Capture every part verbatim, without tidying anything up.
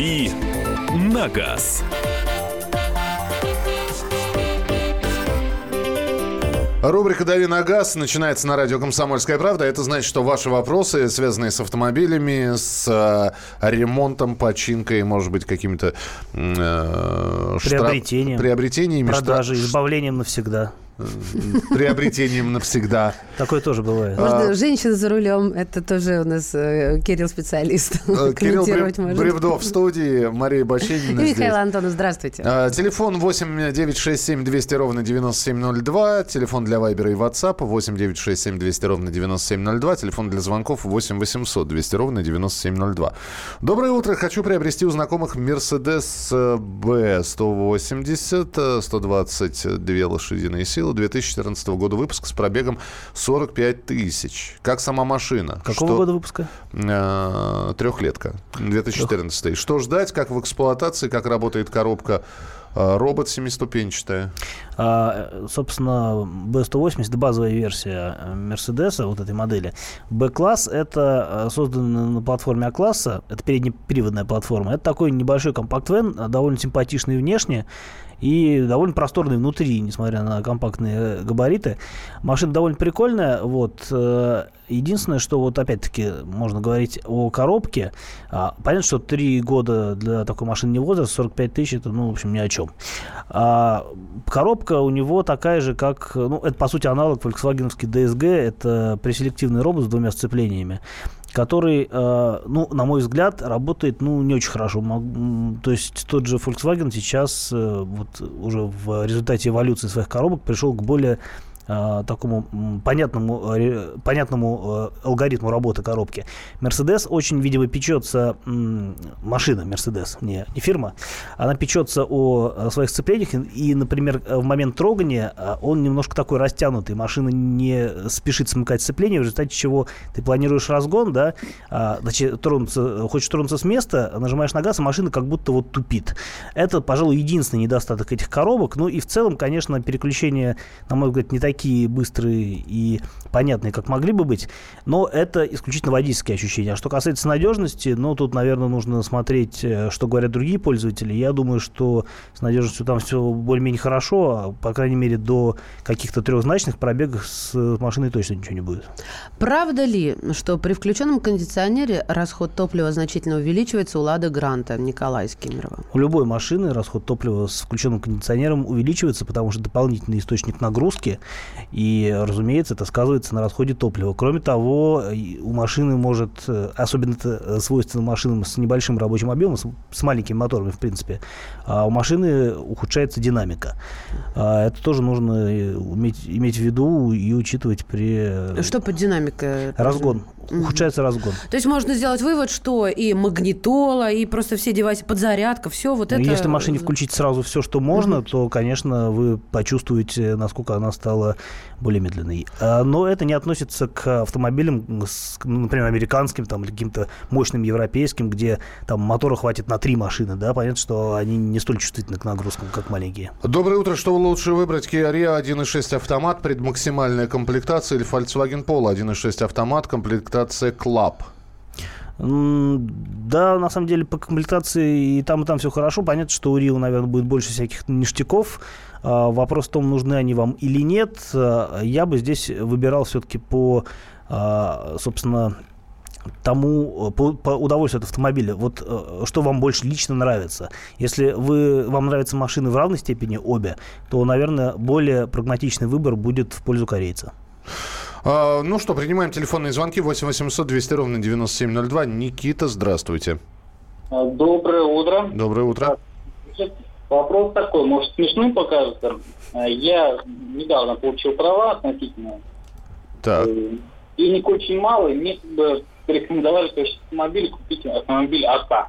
«Дави на газ». Рубрика «Дави на газ» начинается на радио «Комсомольская правда». Это значит, что ваши вопросы, связанные с автомобилями, с э, ремонтом, починкой, может быть, какими-то э, приобретением, штраф... приобретениями, продажей, штраф... избавлением навсегда. Приобретением навсегда. Такое тоже бывает. Можно а, женщина за рулем. Это тоже у нас э, Кирилл специалист. Кирилл Бревдов в студии, Мария Баченина здесь. Михаил Антонов, здравствуйте. А, телефон восемь девятьсот шестьдесят семь двести ровно девяносто семь ноль два. Телефон для Вайбера и Ватсапа восемь девятьсот шестьдесят семь двести ровно девяносто семь ноль два. Телефон для звонков восемь восемьсот двести ровно девяносто семь ноль два. Доброе утро. Хочу приобрести у знакомых Mercedes бэ сто восемьдесят, сто двадцать две лошадиные силы, две тысячи четырнадцатого года выпуска с пробегом сорок пять тысяч. Как сама машина? Какого Что... года выпуска? Э, трехлетка. две тысячи четырнадцатый. Что ждать, как в эксплуатации, как работает коробка? Робот семиступенчатая. А, собственно, бэ сто восемьдесят, базовая версия Мерседеса, вот этой модели. B-класс — это создано на платформе А-класса, это переднеприводная платформа. Это такой небольшой компакт-вэн, довольно симпатичный внешне и довольно просторный внутри, несмотря на компактные габариты. Машина довольно прикольная. Вот. Единственное, что вот опять-таки можно говорить о коробке. Понятно, что три года для такой машины не возраст, сорок пять тысяч, это, ну, в общем, ни о чем. А коробка у него такая же, как, ну, это, по сути, аналог фольксвагеновский ди эс джи, это преселективный робот с двумя сцеплениями, который, э, ну, на мой взгляд, работает, ну, не очень хорошо. То есть тот же Volkswagen сейчас, э, вот уже в результате эволюции своих коробок пришел к более э, такому понятному, э, понятному э, алгоритму работы коробки. Mercedes очень, видимо, печется, э, машина Mercedes, не, не фирма, она печется о, о своих сцеплениях, и, и, например, в момент трогания он немножко такой растянутый, машина не спешит смыкать сцепление, в результате чего ты планируешь разгон, да, а, значит, тронуться, хочешь тронуться с места, нажимаешь на газ, а машина как будто вот тупит. Это, пожалуй, единственный недостаток этих коробок. Ну и в целом, конечно, переключения, на мой взгляд, не такие быстрые и понятные, как могли бы быть, но это исключительно водительские ощущения. А что касается надежности, ну, тут, наверное, нужно смотреть, что говорят другие пользователи. Я думаю, что с надежностью там все более-менее хорошо, по крайней мере, до каких-то трехзначных пробегов с машиной точно ничего не будет. Правда ли, что при включенном кондиционере расход топлива значительно увеличивается у «Лады Гранта»? Николай из Кемерово. У любой машины расход топлива с включенным кондиционером увеличивается, потому что дополнительный источник нагрузки, и, разумеется, это сказывается на расходе топлива. Кроме того, у машины может, особенно это свойственно машинам с небольшим рабочим объемом, с маленькими моторами, в принципе, у машины ухудшается динамика. Это тоже нужно иметь, иметь в виду и учитывать при... Что под динамикой? Разгон. Ухудшается разгон. То есть можно сделать вывод, что и магнитола, и просто все девайсы, подзарядка, все вот ну, это... Если машине включить сразу все, что можно, угу. то, конечно, вы почувствуете, насколько она стала более медленной. Но это не относится к автомобилям, например, американским там, или каким-то мощным европейским, где там мотора хватит на три машины. Да? Понятно, что они не столь чувствительны к нагрузкам, как маленькие. Доброе утро. Что лучше выбрать? Kia Rio один и шесть автомат, предмаксимальная комплектация, или Volkswagen Polo один и шесть автомат, комплектация Club? Да, на самом деле по комплектации и там, и там все хорошо. Понятно, что у Рио, наверное, будет больше всяких ништяков. Вопрос в том, нужны они вам или нет. Я бы здесь выбирал все-таки по, собственно, тому, по, по удовольствию от автомобиля. Вот что вам больше лично нравится. Если вы, вам нравятся машины в равной степени обе, то, наверное, более прагматичный выбор будет в пользу корейца. А, ну что, принимаем телефонные звонки восемь восемьсот двести ровно девяносто семь ноль два. Никита, здравствуйте. Доброе утро. Доброе утро. Вопрос такой, может, смешным покажется. Я недавно получил права относительно. Так. Денег очень мало, и мне как бы порекомендовали автомобиль купить автомобиль АК.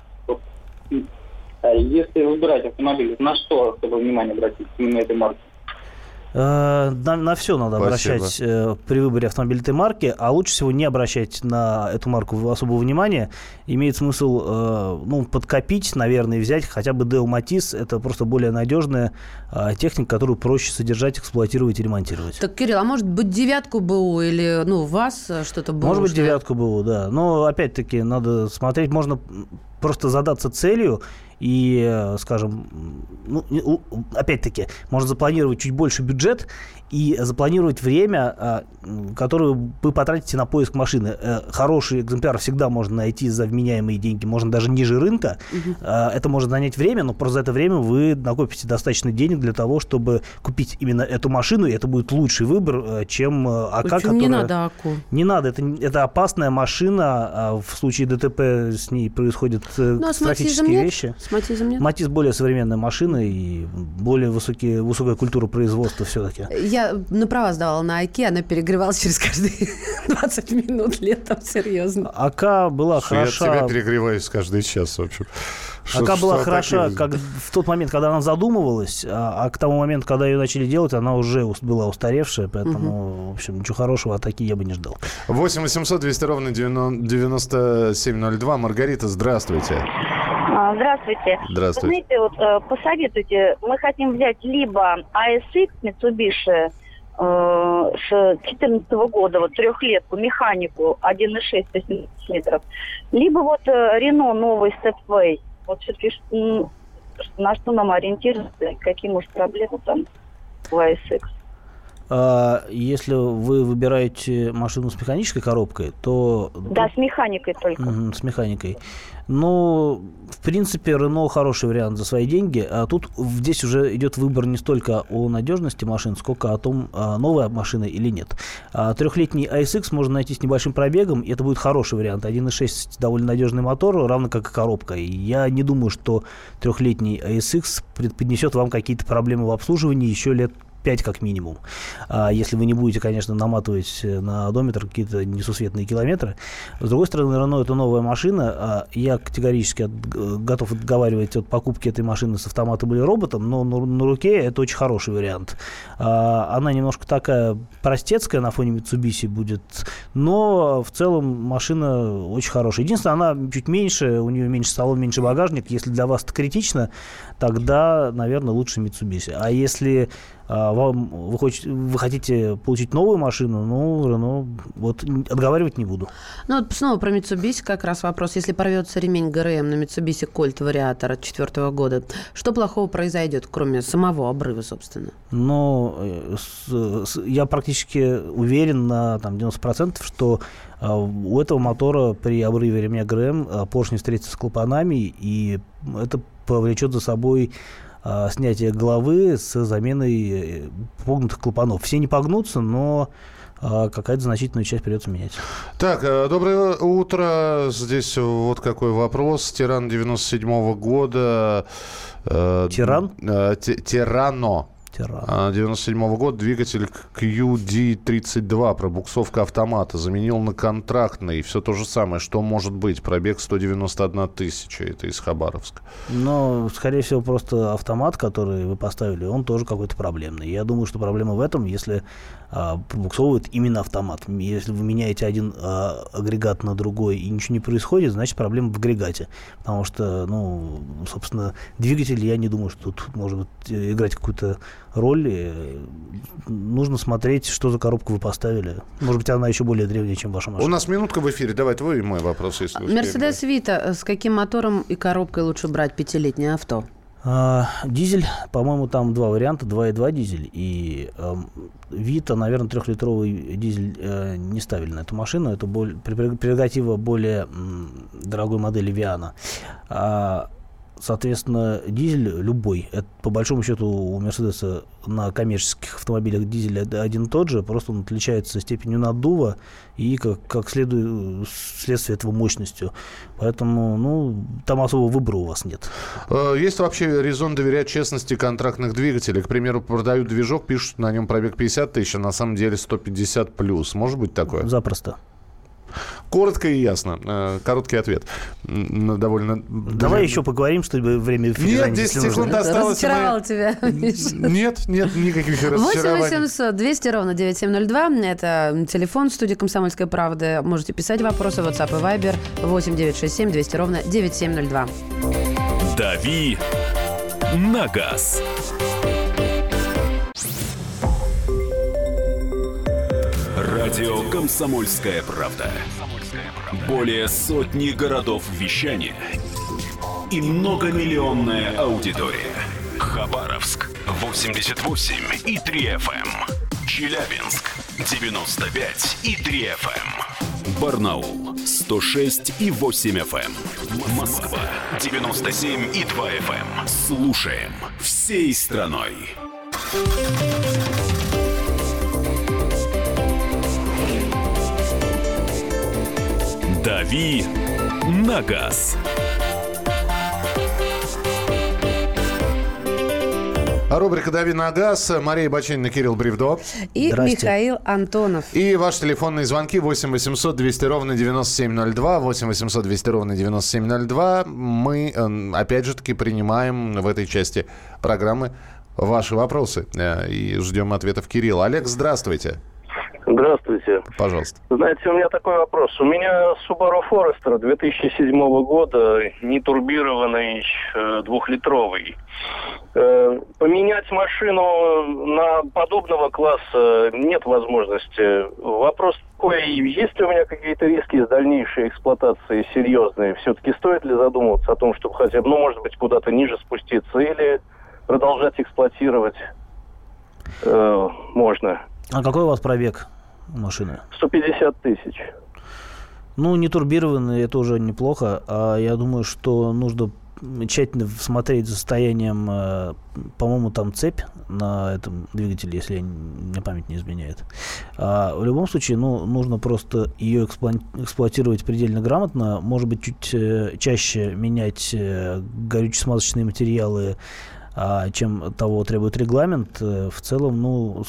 Если выбирать автомобиль, на что, чтобы внимание обратить именно этой марки? На, на все надо Спасибо. обращать э, при выборе автомобиля этой марки, а лучше всего не обращать на эту марку особого внимания. Имеет смысл э, ну, подкопить, наверное, и взять хотя бы Deo Matiz. Это просто более надежная э, техника, которую проще содержать, эксплуатировать и ремонтировать. Так, Кирилл, а может быть девятку БУ или ну, у вас что-то было? Может быть, девятку БУ, да. Но опять-таки надо смотреть, можно просто задаться целью и, скажем, ну, опять-таки, можно запланировать чуть больше бюджет и запланировать время, которое вы потратите на поиск машины. Хороший экземпляр всегда можно найти за вменяемые деньги, можно даже ниже рынка. Угу. Это может занять время, но просто за это время вы накопите достаточно денег для того, чтобы купить именно эту машину, и это будет лучший выбор, чем АК, которая... Не надо АКУ. Не надо, это, это опасная машина, в случае ДТП с ней происходят ну, катастрофические вещи. С Матизом нет? Матиз более современная машина и более высокие, высокая культура производства все-таки. Я на права сдавала на АКе, она перегревалась через каждые двадцать минут летом, серьезно. АК была что хороша... Я от тебя перегреваюсь каждый час, в общем. Что, АК была что хороша такое? как в тот момент, когда она задумывалась, а, а к тому моменту, когда ее начали делать, она уже была устаревшая, поэтому, угу. в общем, ничего хорошего от АКи я бы не ждал. восемь восемьсот двести ровно девяносто семь ноль два. Маргарита, здравствуйте. Здравствуйте. Здравствуйте. Вы знаете, вот посоветуйте, мы хотим взять либо эй эс икс Mitsubishi э, с две тысячи четырнадцатого года, вот трехлетку, механику один и шесть метров, либо вот Renault новый Stepway. Вот все-таки на что нам ориентироваться, какие, может, проблемы там в эй эс икс? Если вы выбираете машину с механической коробкой, то... Да, с механикой только. Угу, с механикой. Ну, в принципе, Renault хороший вариант за свои деньги. А тут здесь уже идет выбор не столько о надежности машин, сколько о том, новая машина или нет. А трехлетний эй эс икс можно найти с небольшим пробегом, и это будет хороший вариант. один и шесть довольно надежный мотор, равно как и коробка. И я не думаю, что трехлетний эй эс икс преподнесет вам какие-то проблемы в обслуживании еще лет пять как минимум. А если вы не будете, конечно, наматывать на одометр какие-то несусветные километры. С другой стороны, Renault это новая машина. А я категорически от, готов отговаривать от покупки этой машины с автоматом или роботом, но на, на руке это очень хороший вариант. А, она немножко такая простецкая на фоне Mitsubishi будет, но в целом машина очень хорошая. Единственное, она чуть меньше, у нее меньше салон, меньше багажник. Если для вас это критично, тогда, наверное, лучше Mitsubishi. А если вам, вы, хочете, вы хотите получить новую машину, ну, Renault, вот, отговаривать не буду. Ну, вот снова про Mitsubishi как раз вопрос. Если порвется ремень ГРМ на Mitsubishi Colt вариатор от четвертого года, что плохого произойдет, кроме самого обрыва, собственно? Ну, с, с, я практически уверен на там, девяносто процентов, что а, у этого мотора при обрыве ремня ГРМ а, поршни встретятся с клапанами, и это повлечет за собой снятие головы с заменой погнутых клапанов. Все не погнутся, но какая-то значительная часть придется менять. Так, доброе утро. Здесь вот какой вопрос. Тиран девяносто седьмого года. Тиран? Тирано. девяносто седьмого года, двигатель кью ди тридцать два, пробуксовка автомата, заменил на контрактный, все то же самое, что может быть, пробег сто девяносто одна тысяча, это из Хабаровска. Но, скорее всего, просто автомат, который вы поставили, он тоже какой-то проблемный. Я думаю, что проблема в этом, если а, пробуксовывает именно автомат. Если вы меняете один а, агрегат на другой и ничего не происходит, значит, проблема в агрегате. Потому что, ну, собственно, двигатель, я не думаю, что тут может быть, играть какую-то роль. Нужно смотреть, что за коробку вы поставили. Может быть, она еще более древняя, чем ваша машина. У нас минутка в эфире. Давай твой и мой вопрос. Мерседес Вита. С каким мотором и коробкой лучше брать пятилетнее авто? А, дизель, по-моему, там два варианта. два и два дизель. И э, Вита, наверное, трехлитровый дизель э, не ставили на эту машину. Это более, прерогатива более м, дорогой модели Виана. А, соответственно, дизель любой. Это, по большому счету, у Мерседеса на коммерческих автомобилях дизель один и тот же, просто он отличается степенью наддува и, как, как следует, следствие этого мощностью. Поэтому, ну, там особого выбора у вас нет. Есть вообще резон доверять честности контрактных двигателей? К примеру, продают движок, пишут на нем пробег пятьдесят тысяч, а на самом деле сто пятьдесят плюс. Может быть такое? Запросто. Коротко и ясно. Короткий ответ. Довольно... Давай длин... еще поговорим, чтобы время эфира Нет, занять, десять если секунд нужно. осталось. Разочаровал Мы... тебя, Миша. Нет, нет, никаких разочарований. восемь восемьсот двести ровно девяносто семь ноль два. Это телефон студии «Комсомольская правда». Можете писать вопросы в WhatsApp и Viber восемь девятьсот шестьдесят семь двести ровно девяносто семь ноль два. «Дави на газ». Радио «Комсомольская правда». Более сотни городов вещания и многомиллионная аудитория. Хабаровск восемьдесят восемь и три эф эм. Челябинск девяносто пять и три эф эм. Барнаул сто шесть и восемь эф эм. Москва девяносто семь и два эф эм. Слушаем всей страной. «Дави на газ». Рубрика «Дави на газ». Мария Баченина, Кирилл Бревдо. И Здрасте. Михаил Антонов. И ваши телефонные звонки восемь восемьсот двести ровно девяносто семь ноль два. восемь восемьсот двести ровно девяносто семь ноль два. Мы, опять же таки, принимаем в этой части программы ваши вопросы. И ждем ответов Кирилла. Олег, здравствуйте. Здравствуйте. Пожалуйста. Знаете, у меня такой вопрос. У меня Subaru Forester две тысячи седьмого года, нетурбированный, э, двухлитровый. Э, поменять машину на подобного класса нет возможности. Вопрос такой, есть ли у меня какие-то риски с дальнейшей эксплуатацией серьезные? Все-таки стоит ли задумываться о том, чтобы хотя бы, ну, может быть, куда-то ниже спуститься или продолжать эксплуатировать э, можно? А какой у вас пробег машины? сто пятьдесят тысяч. Ну, не турбированный, это уже неплохо. А я думаю, что нужно тщательно смотреть за состоянием, э, по-моему, там цепь на этом двигателе, если мне память не изменяет. А в любом случае, ну, нужно просто ее эксплуа- эксплуатировать предельно грамотно. Может быть, чуть э, чаще менять э, горюче-смазочные материалы, а, чем того требует регламент. В целом, ну,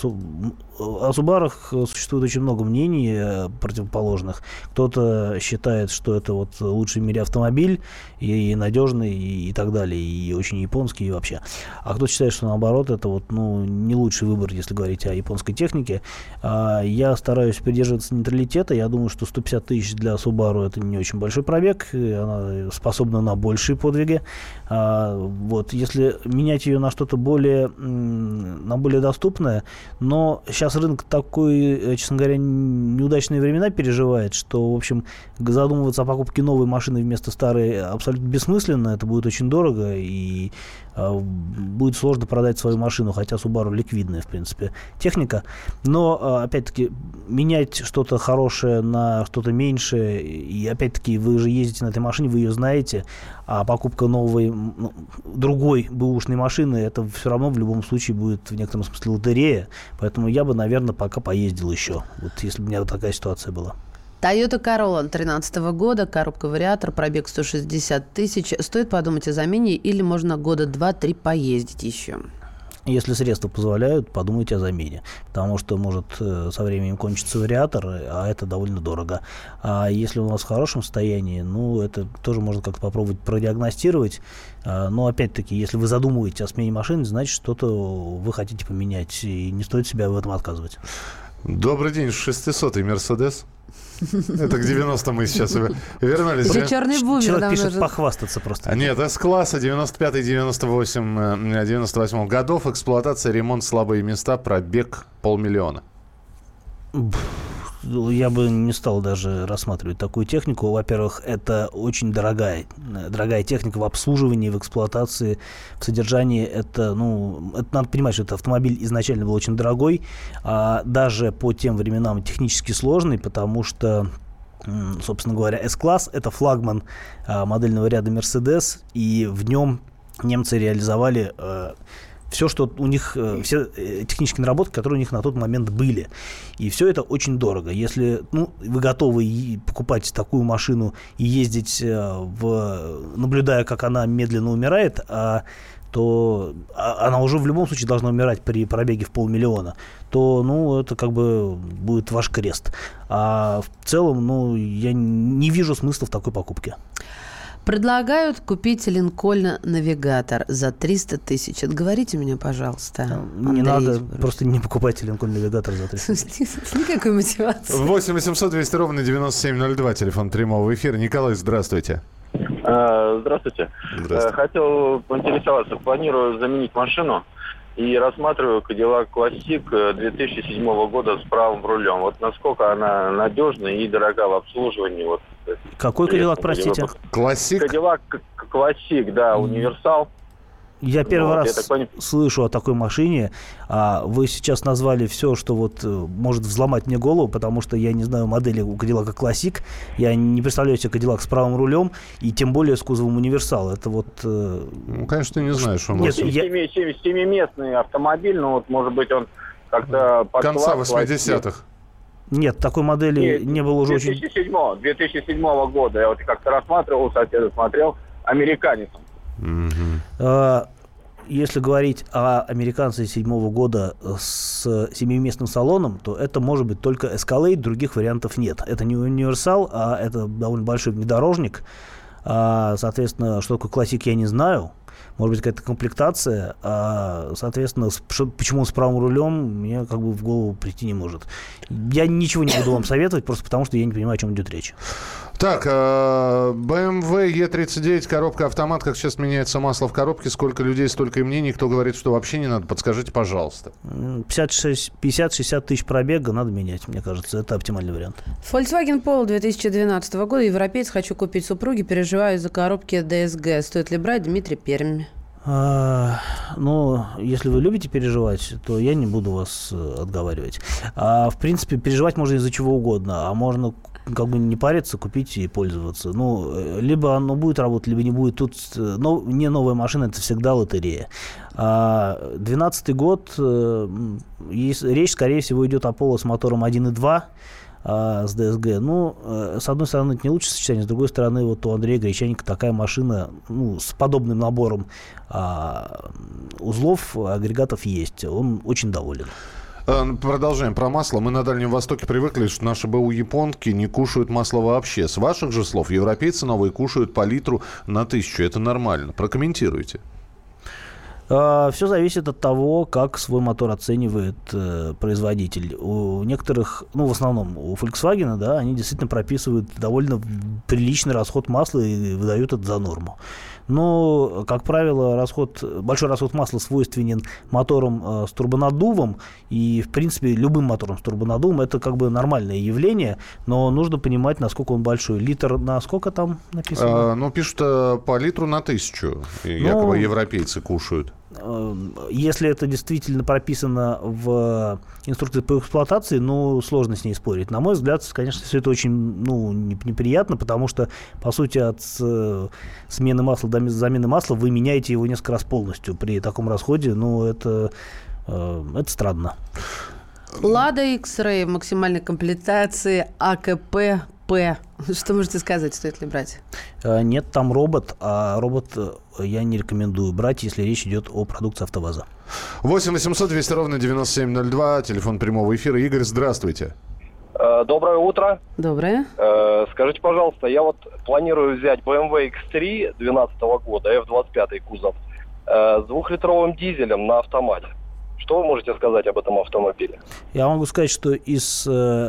о Субарах существует очень много мнений противоположных. Кто-то считает, что это вот лучший в мире автомобиль, и, и надежный, и, и так далее, и очень японский, и вообще. А кто-то считает, что наоборот, это вот, ну, не лучший выбор, если говорить о японской технике. А, я стараюсь придерживаться нейтралитета. Я думаю, что сто пятьдесят тысяч для Subaru это не очень большой пробег, она способна на большие подвиги. А, вот, если менять ее на что-то более, на более доступное, но сейчас рынок такой, честно говоря, неудачные времена переживает, что, в общем, задумываться о покупке новой машины вместо старой абсолютно бессмысленно, это будет очень дорого, и э, будет сложно продать свою машину, хотя Subaru ликвидная, в принципе, техника. Но, э, опять-таки, менять что-то хорошее на что-то меньшее, и, опять-таки, вы же ездите на этой машине, вы ее знаете, а покупка новой, ну, другой бэушной машины, это все равно в любом случае будет в некотором смысле лотерея, поэтому я бы, наверное, пока поездил еще, вот если бы у меня такая ситуация была. Toyota Corolla тринадцатого года, коробка-вариатор, пробег сто шестьдесят тысяч. Стоит подумать о замене или можно года два-три поездить еще? Если средства позволяют, подумайте о замене, потому что может со временем кончиться вариатор, а это довольно дорого. А если у вас в хорошем состоянии, ну, это тоже можно как-то попробовать продиагностировать. Но, опять-таки, если вы задумываетесь о смене машины, значит, что-то вы хотите поменять, и не стоит себя в этом отказывать. Добрый день, шестисотый Мерседес. Это к девяностым мы сейчас вернулись. Уже черный бумер. Человек пишет нужен похвастаться просто. Нет, С-класса девяносто пятый девяносто восемь девяносто восьмого годов. Эксплуатация, ремонт, слабые места, пробег полмиллиона. Я бы не стал даже рассматривать такую технику. Во-первых, это очень дорогая, дорогая техника в обслуживании, в эксплуатации, в содержании. Это, ну, это надо понимать, что этот автомобиль изначально был очень дорогой, а даже по тем временам технически сложный, потому что, собственно говоря, С-класс – это флагман а, модельного ряда Mercedes, и в нем немцы реализовали а, все, что у них, все технические наработки, которые у них на тот момент были. И все это очень дорого. Если, ну, вы готовы покупать такую машину и ездить, в, наблюдая, как она медленно умирает, а то она уже в любом случае должна умирать при пробеге в полмиллиона, то, ну, это как бы будет ваш крест. А в целом, ну, я не вижу смысла в такой покупке. Предлагают купить Линкольн Навигатор за триста тысяч. Отговорите меня, пожалуйста. Не надо, просто не покупайте Линкольн Навигатор за триста тысяч. Никакой мотивации. восемь восемьсот двести ровно девяносто семь ноль два, телефон прямого эфира. Николай, здравствуйте. Здравствуйте. Здравствуйте. Хотел поинтересоваться. Планирую заменить машину и рассматриваю Cadillac Classic две тысячи седьмого года с правым рулем. Вот насколько она надежна и дорога в обслуживании. Вот. Какой Cadillac, простите? Классик? Cadillac Classic, да, универсал. Я первый вот, раз я слышу о такой машине. А вы сейчас назвали все, что вот может взломать мне голову, потому что я не знаю модели у Cadillac Classic. Я не представляю себе Cadillac с правым рулем, и тем более с кузовом универсал. Это вот... Ну, конечно, ты не знаешь, что он... Нет, Нет, я... семиместный автомобиль, но вот, может быть, он как-то... Конца восьмидесятых. Нет, такой модели Нет, не было уже две тысячи седьмого, очень... две тысячи седьмого года. Я вот как-то рассматривал, соседа смотрел, американец. Mm-hmm. Если говорить о американце седьмого года с семиместным салоном, то это может быть только Escalade, других вариантов нет. Это не универсал, а это довольно большой внедорожник. А, соответственно, что такое классик, я не знаю. Может быть, какая-то комплектация. А, соответственно, с, почему он с правым рулем, мне как бы в голову прийти не может. Я ничего не буду вам советовать, просто потому что я не понимаю, о чем идет речь. Так, бэ эм вэ и тридцать девять, коробка автомат. Как сейчас меняется масло в коробке? Сколько людей, столько и мнений. Кто говорит, что вообще не надо? Подскажите, пожалуйста. пятьдесят-шестьдесят тысяч пробега надо менять, мне кажется. Это оптимальный вариант. Volkswagen Polo две тысячи двенадцатого года. Европеец. Хочу купить супруге. Переживаю из-за коробки ди эс джи. Стоит ли брать? Дмитрий, Пермь. А, ну, если вы любите переживать, то я не буду вас отговаривать. А, в принципе, переживать можно из-за чего угодно, а можно как бы не париться, купить и пользоваться. Ну, либо оно будет работать, либо не будет. Тут но, не новая машина, это всегда лотерея. А двенадцатый год, есть, речь, скорее всего, идет о Polo с мотором один и два. А, с ди эс джи. Ну, с одной стороны, это не лучшее сочетание, с другой стороны, вот у Андрея Гречаника такая машина, ну, с подобным набором а, узлов, агрегатов есть. Он очень доволен. Продолжаем про масло. Мы на Дальнем Востоке привыкли, что наши БУ японки не кушают масло вообще. С ваших же слов, европейцы новые кушают по литру на тысячу. Это нормально. Прокомментируйте. Все зависит от того, как свой мотор оценивает э, производитель. У некоторых, ну, в основном у Volkswagen, да, они действительно прописывают довольно приличный расход масла и выдают это за норму. Но, как правило, расход, большой расход масла свойственен моторам э, с турбонаддувом. И, в принципе, любым мотором с турбонаддувом это как бы нормальное явление. Но нужно понимать, насколько он большой. Литр на сколько там написано? А, ну, пишут а, по литру на тысячу. Якобы ну, европейцы кушают. Если это действительно прописано в инструкции по эксплуатации, ну, сложно с ней спорить. На мой взгляд, конечно, все это очень, ну, неприятно, потому что, по сути, от смены масла до замены масла вы меняете его несколько раз полностью при таком расходе. Ну, это, это странно. Лада X-Ray в максимальной комплектации а ка пэ П. Что можете сказать, стоит ли брать? Нет, там робот, а робот я не рекомендую брать, если речь идет о продукции АвтоВАЗа. восемь восемьсот двести ровно девяносто семь ноль два, телефон прямого эфира. Игорь, здравствуйте. Доброе утро. Доброе. Скажите, пожалуйста, я вот планирую взять бэ эм вэ икс три две тысячи двенадцатого года, эф двадцать пять кузов, с двухлитровым дизелем на автомате. Что вы можете сказать об этом автомобиле? Я могу сказать, что из...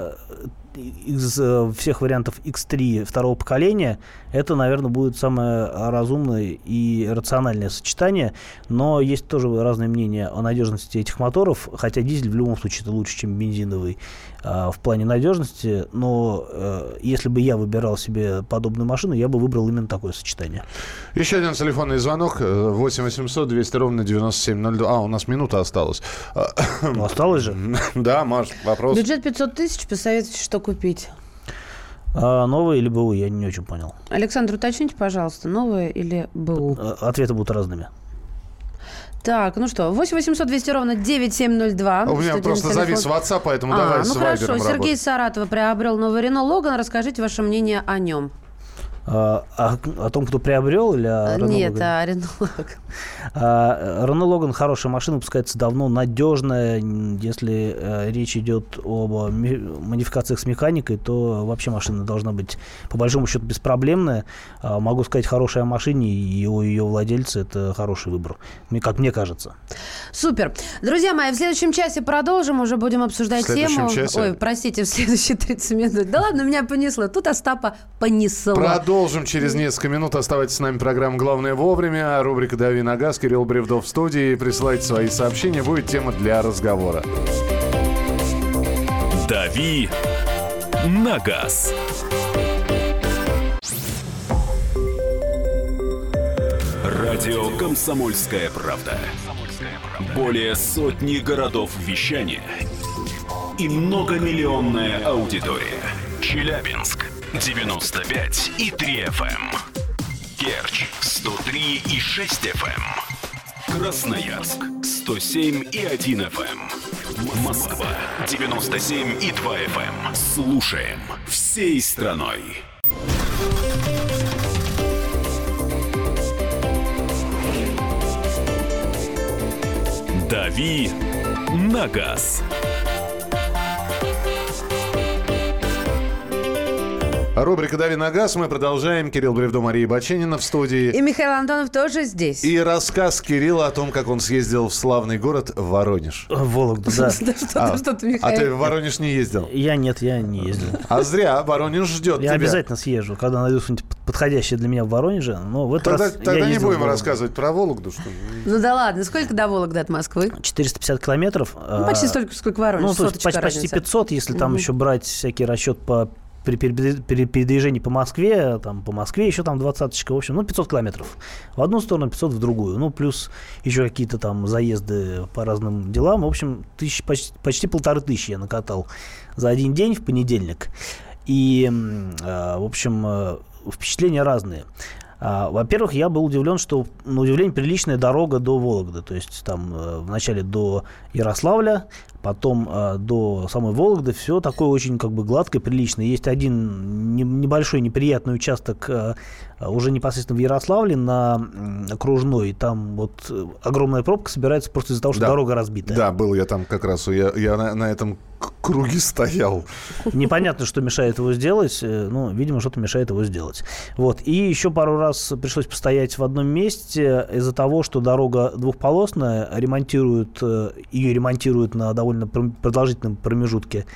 из всех вариантов икс три второго поколения это, наверное, будет самое разумное и рациональное сочетание, но есть тоже разные мнения о надежности этих моторов, хотя дизель в любом случае это лучше, чем бензиновый а, в плане надежности, но а, если бы я выбирал себе подобную машину, я бы выбрал именно такое сочетание. Еще один телефонный звонок восемь восемьсот двести ровно девяносто семь ноль два. А, у нас минута осталась. Ну, осталось же. Да, Маш, вопрос. Бюджет пятьсот тысяч, посоветуйте, что купить. А, новые или БУ, я не очень понял. Александр, уточните, пожалуйста, новые или БУ? Ответы будут разными. Так, ну что, восемь восемьсот двести ровно девяносто семь ноль два. У меня просто завис WhatsApp, поэтому а, давай ну с хорошо, Вайбером Сергей работать. Саратова приобрел новый Рено Логан. Расскажите ваше мнение о нем. А, а, о том, кто приобрел, или о Renault Нет, Logan? о Renault Logan. А, Renault Logan хорошая машина, выпускается давно, надежная. Если а, речь идет об ми- модификациях с механикой, то вообще машина должна быть, по большому счету, беспроблемная. А, могу сказать, хорошая машина, и у ее владельца это хороший выбор, как мне кажется. Супер. Друзья мои, в следующем часе продолжим, уже будем обсуждать В следующем тему. часе? Ой, простите, в следующие тридцать минут. Да ладно, меня понесло. Тут Остапа понесло. Продолжим через несколько минут. Оставайтесь с нами. Программа «Главное вовремя». Рубрика «Дави на газ». Кирилл Бревдов в студии. Присылайте свои сообщения. Будет тема для разговора. «Дави на газ». Радио «Комсомольская правда». Более сотни городов вещания и многомиллионная аудитория. Челябинск девяносто пять и три эф эм, Керчь сто три и шесть эф эм, Красноярск сто семь и один эф эм, Москва девяносто семь и два эф эм. Слушаем всей страной. «Дави на газ». Рубрика «Дави на газ». Мы продолжаем. Кирилл Бревдо, Мария Баченина в студии. И Михаил Антонов тоже здесь. И рассказ Кирилла о том, как он съездил в славный город Воронеж. Вологду, да. Да что-то, что-то, А Михаил. ты в Воронеж не ездил? Я нет, я не ездил. А зря. Воронеж ждет Я тебя. обязательно съезжу, когда найду что-нибудь подходящее для меня в Воронеже. Но в этот Тогда, раз я тогда не ездил в будем Вологду. рассказывать про Вологду, что ли? Ну да ладно, сколько до Вологды от Москвы? четыреста пятьдесят километров. Ну, почти столько, сколько Воронеж. Ну, то есть соточка почти, почти разница. пятьсот, если там Мгм. еще брать всякий расчет по при пере- пере- передвижении по Москве, там по Москве еще там двадцаточка, в общем, ну, пятьсот километров. В одну сторону, пятьсот в другую. Ну, плюс еще какие-то там заезды по разным делам. В общем, тысяч, почти, почти полторы тысячи я накатал за один день в понедельник. И, э, в общем, э, впечатления разные. А, во-первых, я был удивлен, что, на удивление, приличная дорога до Вологды. То есть там э, вначале до Ярославля, потом э, до самой Вологды. Все такое очень как бы гладкое, приличное. Есть один не- небольшой неприятный участок э, уже непосредственно в Ярославле на м, окружной. Там вот э, огромная пробка собирается просто из-за того, что Да. дорога разбитая. Да, был я там как раз. Я, я на, на этом к- круге стоял. Непонятно, что мешает его сделать. э, Ну, видимо, что-то мешает его сделать. Вот. И еще пару раз пришлось постоять в одном месте из-за того, что дорога двухполосная, ремонтируют, э, ее ремонтируют на довольно пр- продолжительном промежутке.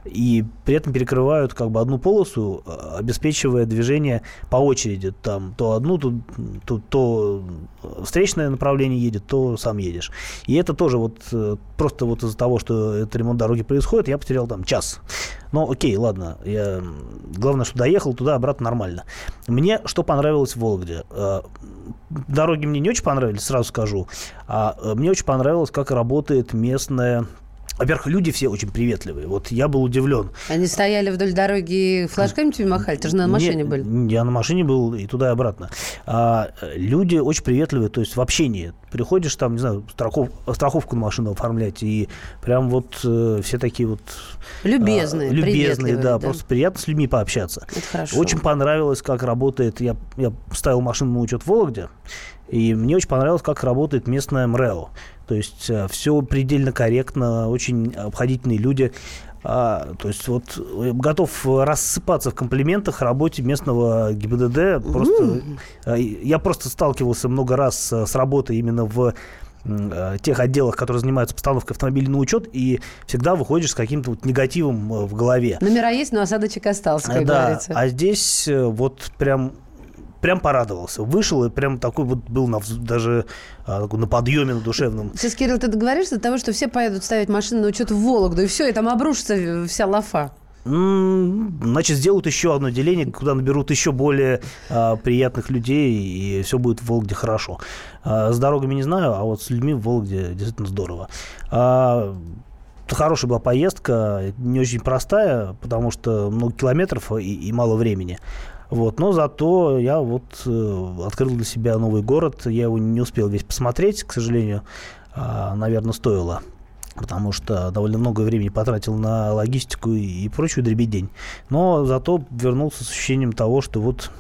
И при этом перекрывают как бы одну полосу, э, обеспечивая движение по очереди. Там то одну, то, то, то встречное направление едет, то сам едешь. И это тоже вот э, просто вот из-за того, что этот ремонт дороги происходит, я потерял там час. Ну, окей, ладно. Я... Главное, что доехал туда-обратно нормально. Мне что понравилось в Вологде? Э, Дороги мне не очень понравились, сразу скажу. А э, мне очень понравилось, как работает местная... Во-первых, люди все очень приветливые. Вот я был удивлен. Они стояли вдоль дороги и флажками тебе махали? Ты же на машине Не- был. Я на машине был и туда, и обратно. А, люди очень приветливые, то есть в общении. Приходишь там, не знаю, страхов, страховку на машину оформлять, и прям вот э, все такие вот... Любезные, а, любезные, приветливые, да, да. просто приятно с людьми пообщаться. Это хорошо. Очень понравилось, как работает... Я, я ставил машину на учет в Вологде, и мне очень понравилось, как работает местная МРЭО. То есть э, все предельно корректно, очень обходительные люди. А, то есть вот э, готов рассыпаться в комплиментах работе местного ГИБДД. Просто, э, я просто сталкивался много раз э, с работой именно в э, тех отделах, которые занимаются постановкой автомобилей на учет, и всегда выходишь с каким-то вот негативом э, в голове. Номера есть, но осадочек остался, как Да, говорится. а здесь э, вот прям... Прям порадовался. Вышел и прям такой вот был на, вз- даже а, такой на подъеме, на душевном. Сейчас, Кирилл, ты договоришься до того, что все поедут ставить машины на учет в Вологду, и все, и там обрушится вся лафа. М, Значит, сделают еще одно деление, куда наберут еще более а, приятных людей, и все будет в Вологде хорошо. А, с дорогами не знаю, а вот с людьми в Вологде действительно здорово. А, хорошая была поездка, не очень простая, потому что много километров и, и мало времени. Вот, но зато я вот э, открыл для себя новый город. Я его не успел весь посмотреть, к сожалению. А, наверное, стоило. Потому что довольно много времени потратил на логистику и, и прочую дребедень. Но зато вернулся с ощущением того, что вот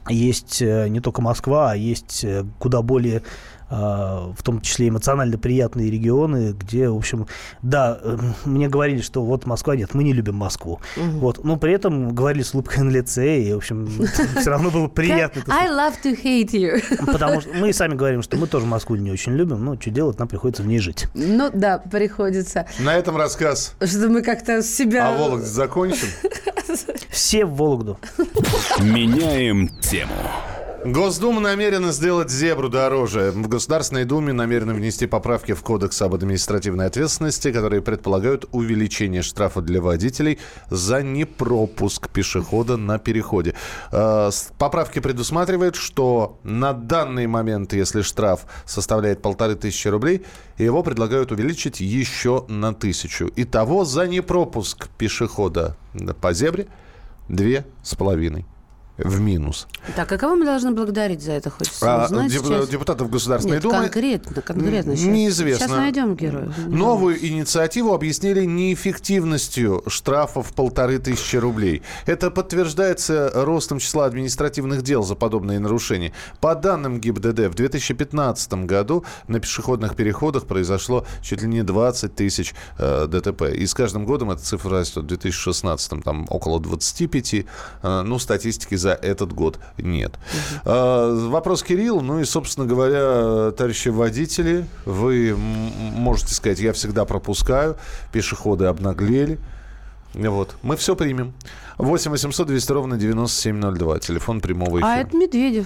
есть не только Москва, а есть куда более, в том числе эмоционально приятные регионы, где, в общем, да, мне говорили, что вот Москва, нет, мы не любим Москву. Угу. Вот, но при этом говорили с улыбкой на лице, и, в общем, все равно было приятно. I love to hate you. Потому что мы сами говорим, что мы тоже Москву не очень любим, но что делать, нам приходится в ней жить. Ну да, приходится. На этом рассказ что мы как-то себя... о Вологде закончим. Все в Вологду. Меняем тему. Госдума намерена сделать зебру дороже. В Государственной Думе намерены внести поправки в Кодекс об административной ответственности, которые предполагают увеличение штрафа для водителей за непропуск пешехода на переходе. Поправки предусматривают, что на данный момент, если штраф составляет полторы тысячи рублей, его предлагают увеличить еще на тысячу. Итого за непропуск пешехода по зебре две с половиной. В минус. Так, а кого мы должны благодарить за это? Хочется узнать Деп- сейчас? Депутатов Государственной Нет, Думы. конкретно, конкретно сейчас. Неизвестно. Сейчас найдем героя. Новую инициативу объяснили неэффективностью штрафов полторы тысячи рублей. Это подтверждается ростом числа административных дел за подобные нарушения. По данным ГИБДД, в две тысячи пятнадцатом году на пешеходных переходах произошло чуть ли не двадцать тысяч э, ДТП. И с каждым годом эта цифра растет. В две тысячи шестнадцатом там около двадцать пять. Э, ну, статистики за этот год нет. Uh-huh. Вопрос Кириллу. Ну и, собственно говоря, товарищи водители, вы можете сказать, я всегда пропускаю, пешеходы обнаглели. Вот. Мы все примем. восемь восемьсот двести ровно девяносто семь ноль два. Телефон прямого эфира. А это Медведев.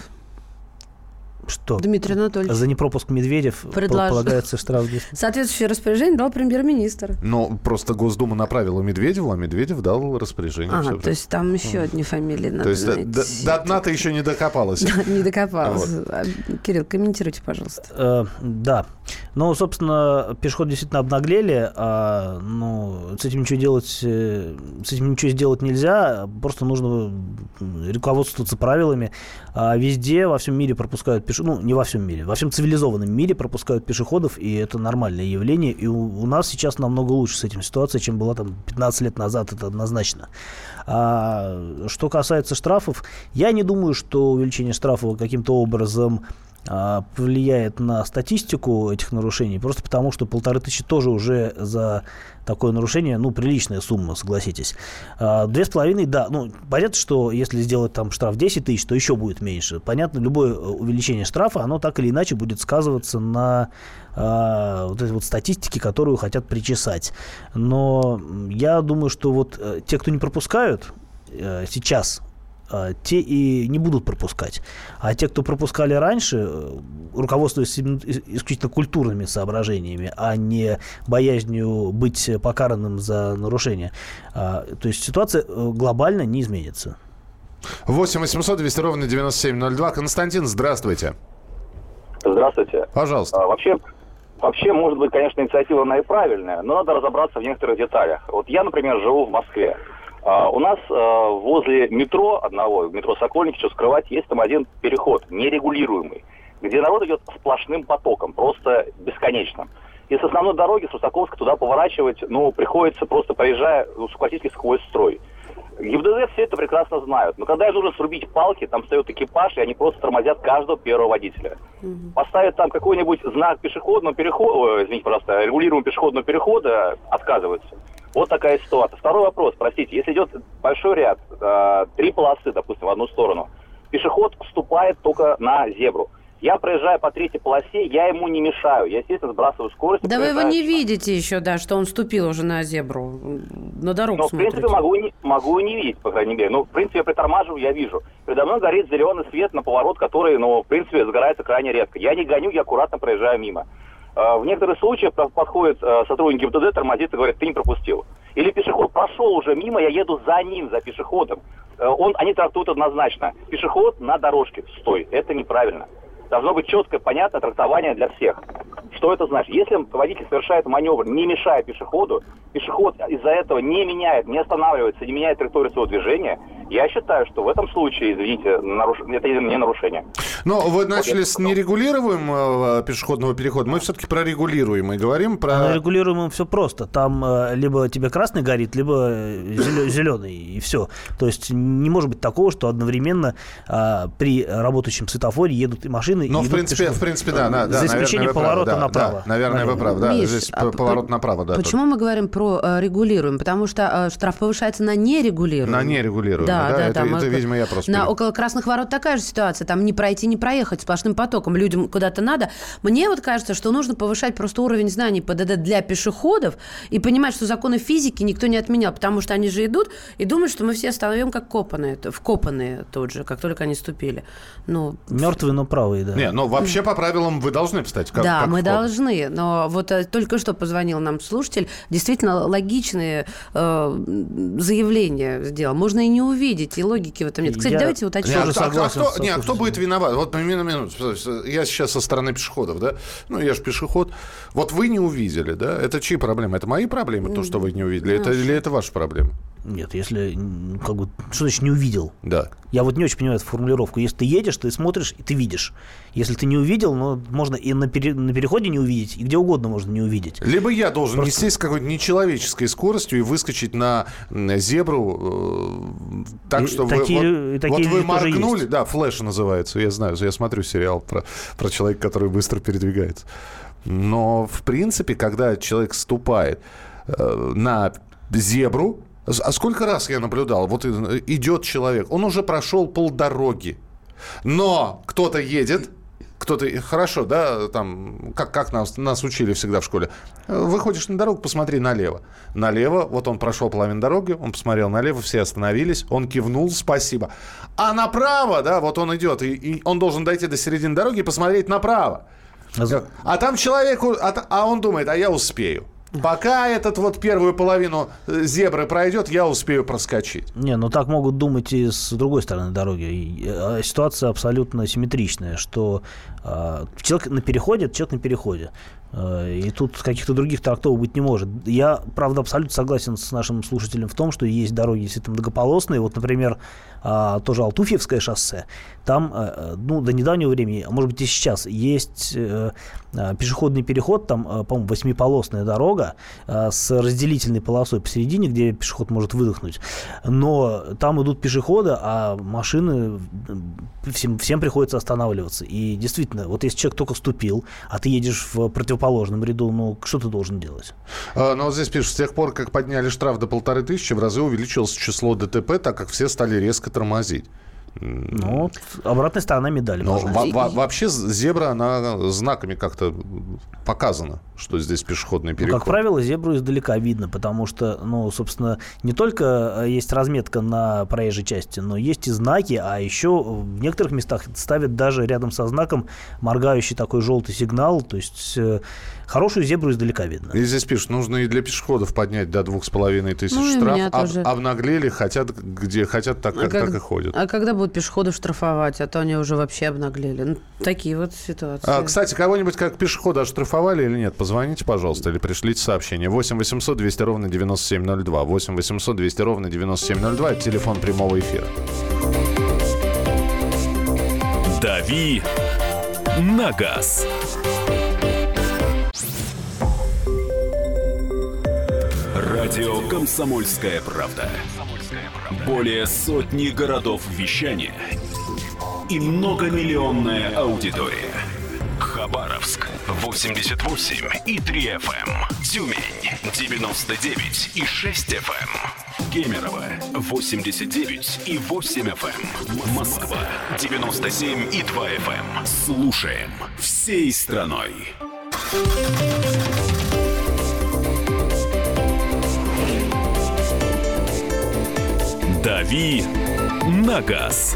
Что? Дмитрий Анатольевич. За непропуск Медведев Предлож... полагается штраф десять. Соответствующее распоряжение дал премьер-министр. Но просто Госдума направила Медведеву, а Медведев дал распоряжение. Ага, то есть там еще одни фамилии надо. То есть до, до, до дна ты еще не докопалась. Не докопалась. Кирилл, комментируйте, пожалуйста. Да. Ну, собственно, пешеходы действительно обнаглели, а ну, с этим ничего делать, с этим ничего сделать нельзя, просто нужно руководствоваться правилами. Везде, во всем мире пропускают пешеходов, ну, не во всем мире, во всем цивилизованном мире пропускают пешеходов, и это нормальное явление, и у, у нас сейчас намного лучше с этим ситуация, чем была там пятнадцать лет назад, это однозначно. А что касается штрафов, я не думаю, что увеличение штрафов каким-то образом повлияет на статистику этих нарушений, просто потому, что полторы тысячи тоже уже за такое нарушение, ну, приличная сумма, согласитесь. Две с половиной, да, ну, понятно, что если сделать там штраф десять тысяч, то еще будет меньше. Понятно, любое увеличение штрафа, оно так или иначе будет сказываться на а, вот этой вот статистике, которую хотят причесать. Но я думаю, что вот те, кто не пропускают а, сейчас, те и не будут пропускать. А те, кто пропускали раньше, руководствуясь исключительно культурными соображениями, а не боязнью быть покаранным за нарушение, то есть ситуация глобально не изменится. восемь восемьсот двести ровно девяносто семь ноль два. Константин, здравствуйте. Здравствуйте. Пожалуйста. А, вообще, вообще, может быть, конечно, инициатива она и правильная, но надо разобраться в некоторых деталях. Вот я, например, живу в Москве. Uh, у нас uh, возле метро одного, метро Сокольники, что скрывать, есть там один переход, нерегулируемый, где народ идет сплошным потоком, просто бесконечным. И с основной дороги, с Русаковской, туда поворачивать, ну, приходится просто проезжая, ну, практически сквозь строй. ГИБДД все это прекрасно знают. Но когда им нужно срубить палки, там встает экипаж, и они просто тормозят каждого первого водителя. Mm-hmm. Поставят там какой-нибудь знак пешеходного перехода, извините, пожалуйста, регулируемого пешеходного перехода, отказываются. Вот такая ситуация. Второй вопрос, простите, если идет большой ряд, э, три полосы, допустим, в одну сторону, пешеход вступает только на зебру. Я проезжаю по третьей полосе, я ему не мешаю. Я, естественно, сбрасываю скорость. Да вы его не видите еще, да, что он вступил уже на зебру. На дорогу Ну, в смотрите. принципе, могу, не, могу и не видеть, по крайней мере. Ну, в принципе, я притормаживаю, я вижу. Передо мной горит зеленый свет на поворот, который, ну, в принципе, загорается крайне редко. Я не гоню, я аккуратно проезжаю мимо. В некоторых случаях подходит сотрудник ГИБДД, тормозит и говорит, ты не пропустил. Или пешеход прошел уже мимо, я еду за ним, за пешеходом. Он, они трактуют однозначно. Пешеход на дорожке, стой. Это неправильно. Должно быть четкое, понятное трактование для всех. Что это значит? Если водитель совершает маневр, не мешая пешеходу, пешеход из-за этого не меняет, не останавливается, не меняет траекторию своего движения, я считаю, что в этом случае, извините, наруш... это не нарушение. Но вы начали вот с нерегулируемого пешеходного перехода. Мы все-таки про регулируемый говорим. Про... На регулируемом все просто. Там э, либо тебе красный горит, либо зеленый, и все. То есть не может быть такого, что одновременно э, при работающем светофоре едут и машины. Ну, в принципе, в принципе, да. да За исключением наверное, поворота да, направо. Да, наверное, вы правы. Да. Миш, Здесь а поворот по- направо. Да, почему тут. мы говорим про э, регулируем? Потому что э, штраф повышается на нерегулируемый. На нерегулируемый, да. Да, да, это, да, это, мы... видимо, я просто... На перед... около Красных ворот такая же ситуация. Там не пройти, не проехать сплошным потоком. Людям куда-то надо. Мне вот кажется, что нужно повышать просто уровень знаний ПДД для пешеходов и понимать, что законы физики никто не отменял, потому что они же идут и думают, что мы все становим как копанные, вкопанные тут же, как только они ступили. Ну, мертвые, но правые, да. Не, ну вообще по правилам вы должны встать. Как, да, как мы вход. должны. Но вот э, только что позвонил нам слушатель, действительно логичные э, заявления сделал. Можно и не увидеть, и логики в этом нет. Кстати, Я... давайте уточним. Не, а, тоже а, а, согласен кто, с не, а кто слушателем. будет виноват? Вот минуту, минуту. Я сейчас со стороны пешеходов, да? Ну, я же пешеход. Вот вы не увидели, да? Это чьи проблемы? Это мои проблемы, то, что вы не увидели? Это, или это ваша проблема? Нет, если, м, как бы, что значит не увидел? Да. Я вот не очень понимаю эту формулировку. Если ты едешь, ты смотришь, и ты видишь. Если ты не увидел, ну, можно и на, пере, на переходе не увидеть, и где угодно можно не увидеть. Либо я должен Просто... нестись с какой-то нечеловеческой скоростью и выскочить на зебру э, так, И что такие, вы, и вот, такие вот вы люди тоже моргнули. есть. Да, флэш называется, я знаю, я смотрю сериал про, про человека, который быстро передвигается. Но, в принципе, когда человек ступает э, на зебру, а сколько раз я наблюдал, вот идет человек, он уже прошел полдороги, но кто-то едет, кто-то, хорошо, да, там, как, как нас, нас учили всегда в школе, выходишь на дорогу, посмотри налево. Налево, вот он прошел половину дороги, он посмотрел налево, все остановились, он кивнул, спасибо. А направо, да, вот он идет, и, и он должен дойти до середины дороги и посмотреть направо. А, а там человеку, а, а он думает, а я успею. Пока этот вот первую половину зебры пройдет, я успею проскочить. Не, ну так могут думать и с другой стороны дороги. И ситуация абсолютно симметричная, что э, человек на переходе, это человек на переходе. Э, и тут каких-то других трактовок быть не может. Я, правда, абсолютно согласен с нашим слушателем в том, что есть дороги действительно многополосные. Вот, например, э, тоже Алтуфьевское шоссе. Там, э, ну, до недавнего времени, а может быть и сейчас, есть э, э, пешеходный переход, там, э, по-моему, восьмиполосная дорога, с разделительной полосой посередине, где пешеход может выдохнуть. Но там идут пешеходы, а машины, всем, всем приходится останавливаться. И действительно, вот если человек только вступил, а ты едешь в противоположном ряду, ну, что ты должен делать? А, ну, вот здесь пишут, с тех пор, как подняли штраф до полторы тысячи, в разы увеличилось число ДТП, так как все стали резко тормозить. Ну, вот обратная сторона медали. Но можно. во- во- вообще зебра, она знаками как-то показана, что здесь пешеходный переход. Ну, как правило, зебру издалека видно, потому что, ну, собственно, не только есть разметка на проезжей части, но есть и знаки, а еще в некоторых местах ставят даже рядом со знаком моргающий такой желтый сигнал, то есть э, хорошую зебру издалека видно. И здесь пишут, нужно и для пешеходов поднять до двух с половиной тысяч Ну, и штраф. меня Об- тоже. обнаглели, хотят, где хотят, так, А как, как- так и ходят. А когда будут пешеходов штрафовать, а то они уже вообще обнаглели. Ну, такие вот ситуации. А, кстати, кого-нибудь как пешехода оштрафовали или нет? Позвоните, пожалуйста, или пришлите сообщение. восемь восемьсот двести ровно девяносто семь ноль два. восемь восемьсот двести ровно девяносто семь ноль два. Это телефон прямого эфира. «Дави на газ». Радио «Комсомольская правда». Более сотни городов вещания и многомиллионная аудитория. Хабаровск восемьдесят восемь и три эф эм, Тюмень девяносто девять и шесть эф эм, Кемерово восемьдесят девять и восемь эф эм, Москва девяносто семь и два эф эм. Слушаем всей страной. «Дави на газ».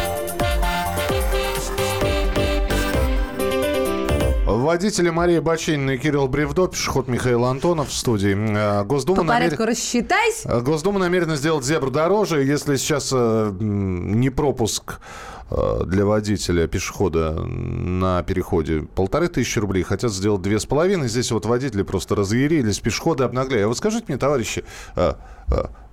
Водители Мария Бачинина и Кирилл Бревдо, пешеход Михаил Антонов в студии. Э, Госдума, По порядку намер... рассчитайся. Госдума намерена сделать зебру дороже. Если сейчас э, не пропуск э, для водителя, пешехода на переходе полторы тысячи рублей, хотят сделать две с половиной. Здесь вот водители просто разъярились, пешеходы обнаглели. А вот скажите мне, товарищи, э, э,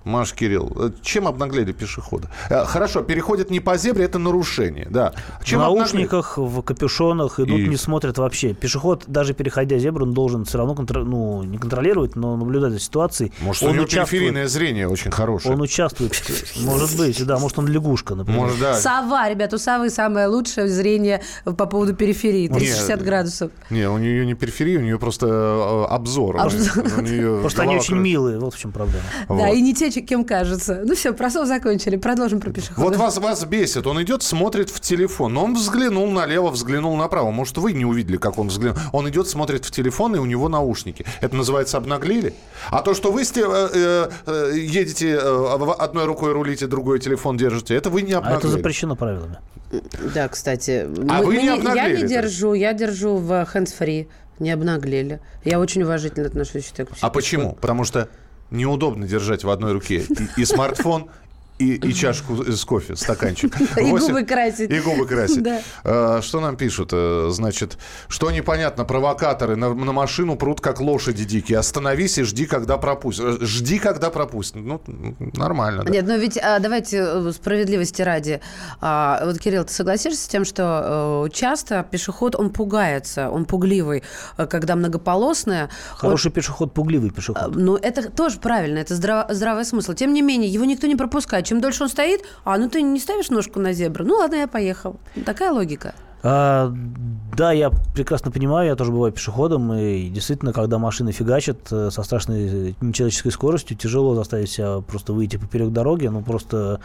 Маш, Кирилл, чем обнаглели пешеходы? Хорошо, переходят не по зебре, это нарушение, да. Чем в наушниках, обнаглели? В капюшонах идут, и... не смотрят вообще. Пешеход, даже переходя зебру, он должен все равно контр... ну, не контролировать, но наблюдать за ситуацией. Может, он у него участвует... периферийное зрение очень хорошее. Он участвует, может быть, да, может, он лягушка, например. Может, да. Сова, ребят, у совы самое лучшее зрение по поводу периферии, триста шестьдесят градусов. Не, у нее не периферия, у нее просто обзор. Просто они очень милые, вот в чем проблема. Да, и не те, кем кажется. Ну все, про сов закончили, продолжим про пешеходов. Вот вас, вас бесит, он идет, смотрит в телефон, но он взглянул налево, взглянул направо. Может, вы не увидели, как он взглянул. Он идет, смотрит в телефон, и у него наушники. Это называется обнаглели? А то, что вы э, э, едете э, одной рукой рулите, другой телефон держите, это вы не обнаглели. А это запрещено правилами. Да, кстати. А мы, вы не мы, обнаглели? Я не держу, я держу в hands-free. Не обнаглели. Я очень уважительно отношусь к этому. А почему? Потому что неудобно держать в одной руке и, и смартфон, и, и чашку с кофе, стаканчик. И губы красить. И губы красить. Да. А, что нам пишут? Значит, что непонятно, провокаторы на, на машину прут, как лошади дикие. Остановись и жди, когда пропустят. Жди, когда пропустят. Ну, нормально. Да. Нет, но ведь а, давайте справедливости ради. А, вот, Кирилл, ты согласишься с тем, что а, часто пешеход, он пугается, он пугливый, когда многополосная. Хороший он... пешеход, пугливый пешеход. А, ну, это тоже правильно, это здраво, здравый смысл. Тем не менее, его никто не пропускает. Чем дольше он стоит, а, ну ты не ставишь ножку на зебру, ну ладно, я поехал. Такая логика. А, да, я прекрасно понимаю, я тоже бываю пешеходом, и действительно, когда машины фигачат со страшной нечеловеческой скоростью, тяжело заставить себя просто выйти поперек дороги, ну просто...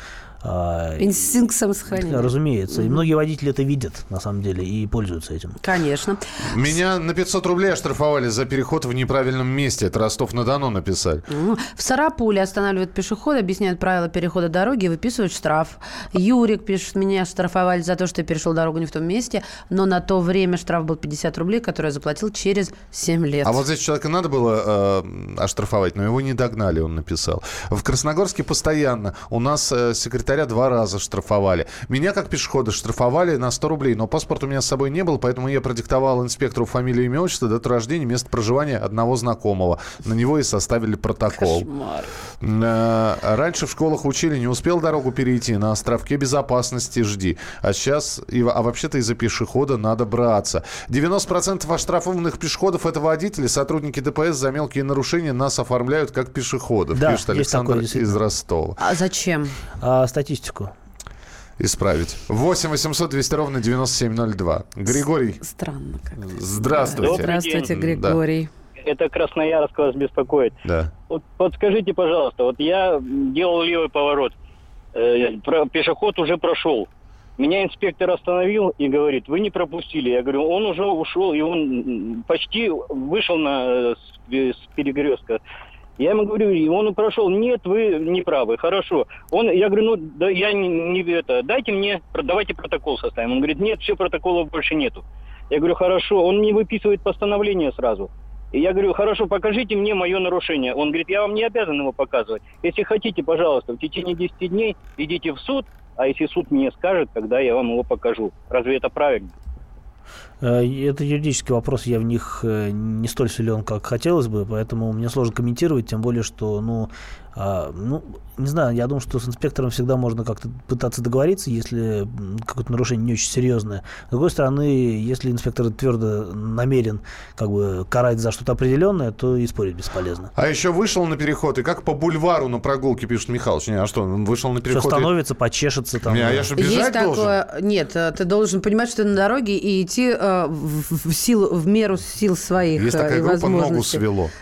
А, инстинкт самосохранения. Разумеется. Mm-hmm. И многие водители это видят, на самом деле, и пользуются этим. Конечно. Меня на пятьсот рублей оштрафовали за переход в неправильном месте. Это Ростов-на-Дону написали. Mm-hmm. В Сарапуле останавливают пешехода, объясняют правила перехода дороги и выписывают штраф. Юрик пишет, меня штрафовали за то, что я перешел дорогу не в том месте, но на то время штраф был пятьдесят рублей, который я заплатил через семь лет. А вот здесь человека надо было э, оштрафовать, но его не догнали, он написал. В Красногорске постоянно у нас э, секретарь два раза штрафовали. Меня, как пешехода, штрафовали на сто рублей, но паспорта у меня с собой не было, поэтому я продиктовал инспектору фамилию, имя, отчество, дату рождения, место проживания одного знакомого. На него и составили протокол. Кошмар. Раньше в школах учили, не успел дорогу перейти, на островке безопасности жди. А сейчас, а вообще-то из-за пешехода надо браться. девяносто процентов оштрафованных пешеходов — это водители. Сотрудники ДПС за мелкие нарушения нас оформляют как пешеходов, да, пишет Александр такое, из Ростова. А зачем? А, статистику исправить. восемь восемьсот двести ровно девяносто семь ноль два. Григорий. Странно как-то. Здравствуйте. Здравствуйте, Григорий. Да. Это Красноярск вас беспокоит. Да. Вот подскажите, пожалуйста, вот я делал левый поворот. Э, про, пешеход уже прошел. Меня инспектор остановил и говорит, вы не пропустили. Я говорю, он уже ушел, и он почти вышел на, с, с перекрестка. Я ему говорю, и он прошел, нет, вы не правы, хорошо. Он, я говорю, ну, да, я не, не это, дайте мне, давайте протокол составим. Он говорит, нет, все, протоколов больше нету. Я говорю, хорошо, он мне выписывает постановление сразу. И я говорю, хорошо, покажите мне мое нарушение. Он говорит, я вам не обязан его показывать. Если хотите, пожалуйста, в течение десяти дней идите в суд, а если суд мне скажет, тогда я вам его покажу. Разве это правильно? Это юридический вопрос, я в них не столь силен, как хотелось бы, поэтому мне сложно комментировать, тем более, что, ну, а, ну, не знаю, я думаю, что с инспектором всегда можно как-то пытаться договориться, если какое-то нарушение не очень серьезное. С другой стороны, если инспектор твердо намерен как бы карать за что-то определенное, то и спорить бесполезно. А еще вышел на переход, и как по бульвару на прогулке, пишет Михалыч. Не, а что, он вышел на переход? Все становится, и... почешется там. Не, а я же бежать Есть должен? такое... Нет, ты должен понимать, что ты на дороге и идти э, в, в, силу, в меру сил своих. Есть такая и группа «Ногу возможностей. свело».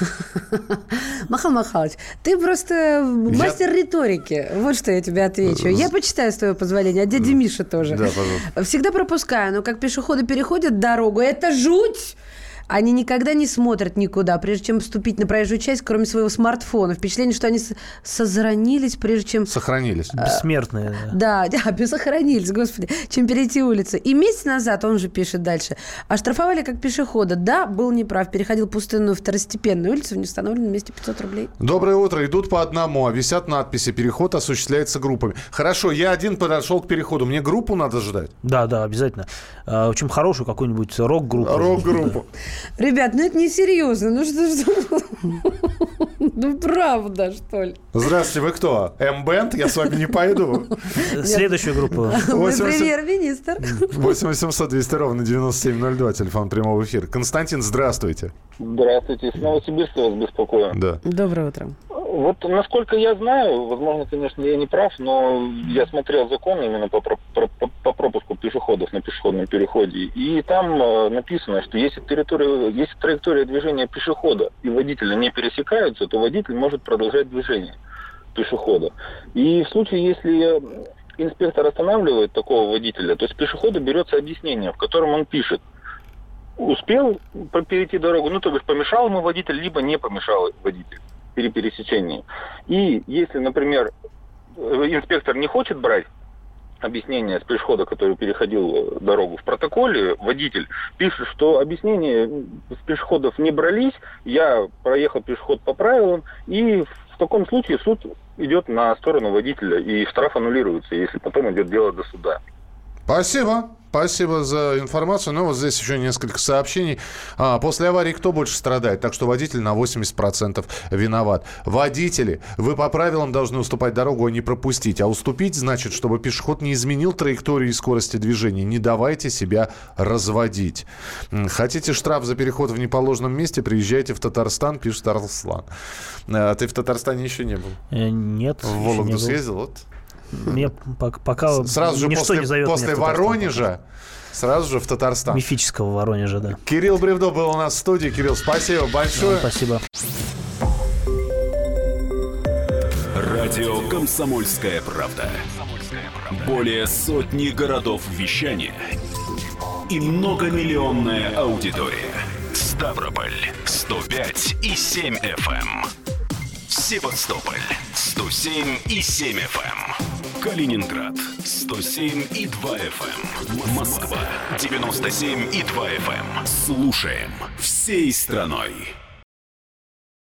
Михаил Михайлович, ты просто мастер я... риторики. Вот что я тебе отвечу. Я почитаю, с твоего позволения, а дядя Миша тоже. Да, пожалуйста. Всегда пропускаю, но как пешеходы переходят дорогу, это жуть! Они никогда не смотрят никуда, прежде чем вступить на проезжую часть, кроме своего смартфона. Впечатление, что они созранились, прежде чем... Сохранились. Бессмертные. Да, да, сохранились, господи, чем перейти улицу. И месяц назад, он же пишет дальше, оштрафовали как пешехода. Да, был неправ, переходил пустынную второстепенную улицу в неустановленном месте пятьсот рублей. Доброе утро. Идут по одному, а висят надписи «Переход осуществляется группами». Хорошо, я один подошел к переходу. Мне группу надо ждать? Да, да, обязательно. А, очень хорошую какую-нибудь рок-группу. Рок-группу. Ребят, ну это несерьезно. Ну что, что? Ну, правда, что ли? Здравствуйте, вы кто? М-бенд? Я с вами не пойду. Следующую группу. Мой премьер-министр. восемь восемьсот двести ровно девяносто семь ноль два, телефон прямого эфира. Константин, здравствуйте. Здравствуйте, с Новосибирска вас беспокою. Да. Доброе утро. Вот, насколько я знаю, возможно, конечно, я не прав, но я смотрел закон именно по, про- по, по пропуску пешеходов на пешеходном переходе, и там э, написано, что если территория, если траектория движения пешехода и водителя не пересекаются, то водитель может продолжать движение пешехода. И в случае, если инспектор останавливает такого водителя, то с пешехода берется объяснение, в котором он пишет: успел перейти дорогу, ну, то бишь помешал ему водитель, либо не помешал водитель при пересечении. И если, например, инспектор не хочет брать объяснение с пешехода, который переходил дорогу, в протоколе водитель пишет, что объяснения с пешеходов не брались, я проехал пешеход по правилам, и в таком случае суд идет на сторону водителя, и штраф аннулируется, если потом идет дело до суда. Спасибо. Спасибо за информацию. Ну, вот здесь еще несколько сообщений. А, после аварии кто больше страдает? Так что водитель на восемьдесят процентов виноват. Водители, вы по правилам должны уступать дорогу, а не пропустить. А уступить значит, чтобы пешеход не изменил траекторию и скорости движения. Не давайте себя разводить. Хотите штраф за переход в неположенном месте? Приезжайте в Татарстан, пишет Арслан. А ты в Татарстане еще не был? Э, нет. В Вологду съездил? Вот. Мне пока сразу же ничто после, не зовет после Воронежа, сразу же в Татарстан. Мифического Воронежа, да. Кирилл Бревдо был у нас в студии. Кирилл, спасибо большое. Да, спасибо. Радио «Комсомольская правда». Более сотни городов вещания и многомиллионная аудитория. Ставрополь сто пять и семь эф эм. Севастополь сто семь и семь эф эм. Калининград сто семь и два эф эм. Москва девяносто семь и два эф эм. Слушаем всей страной.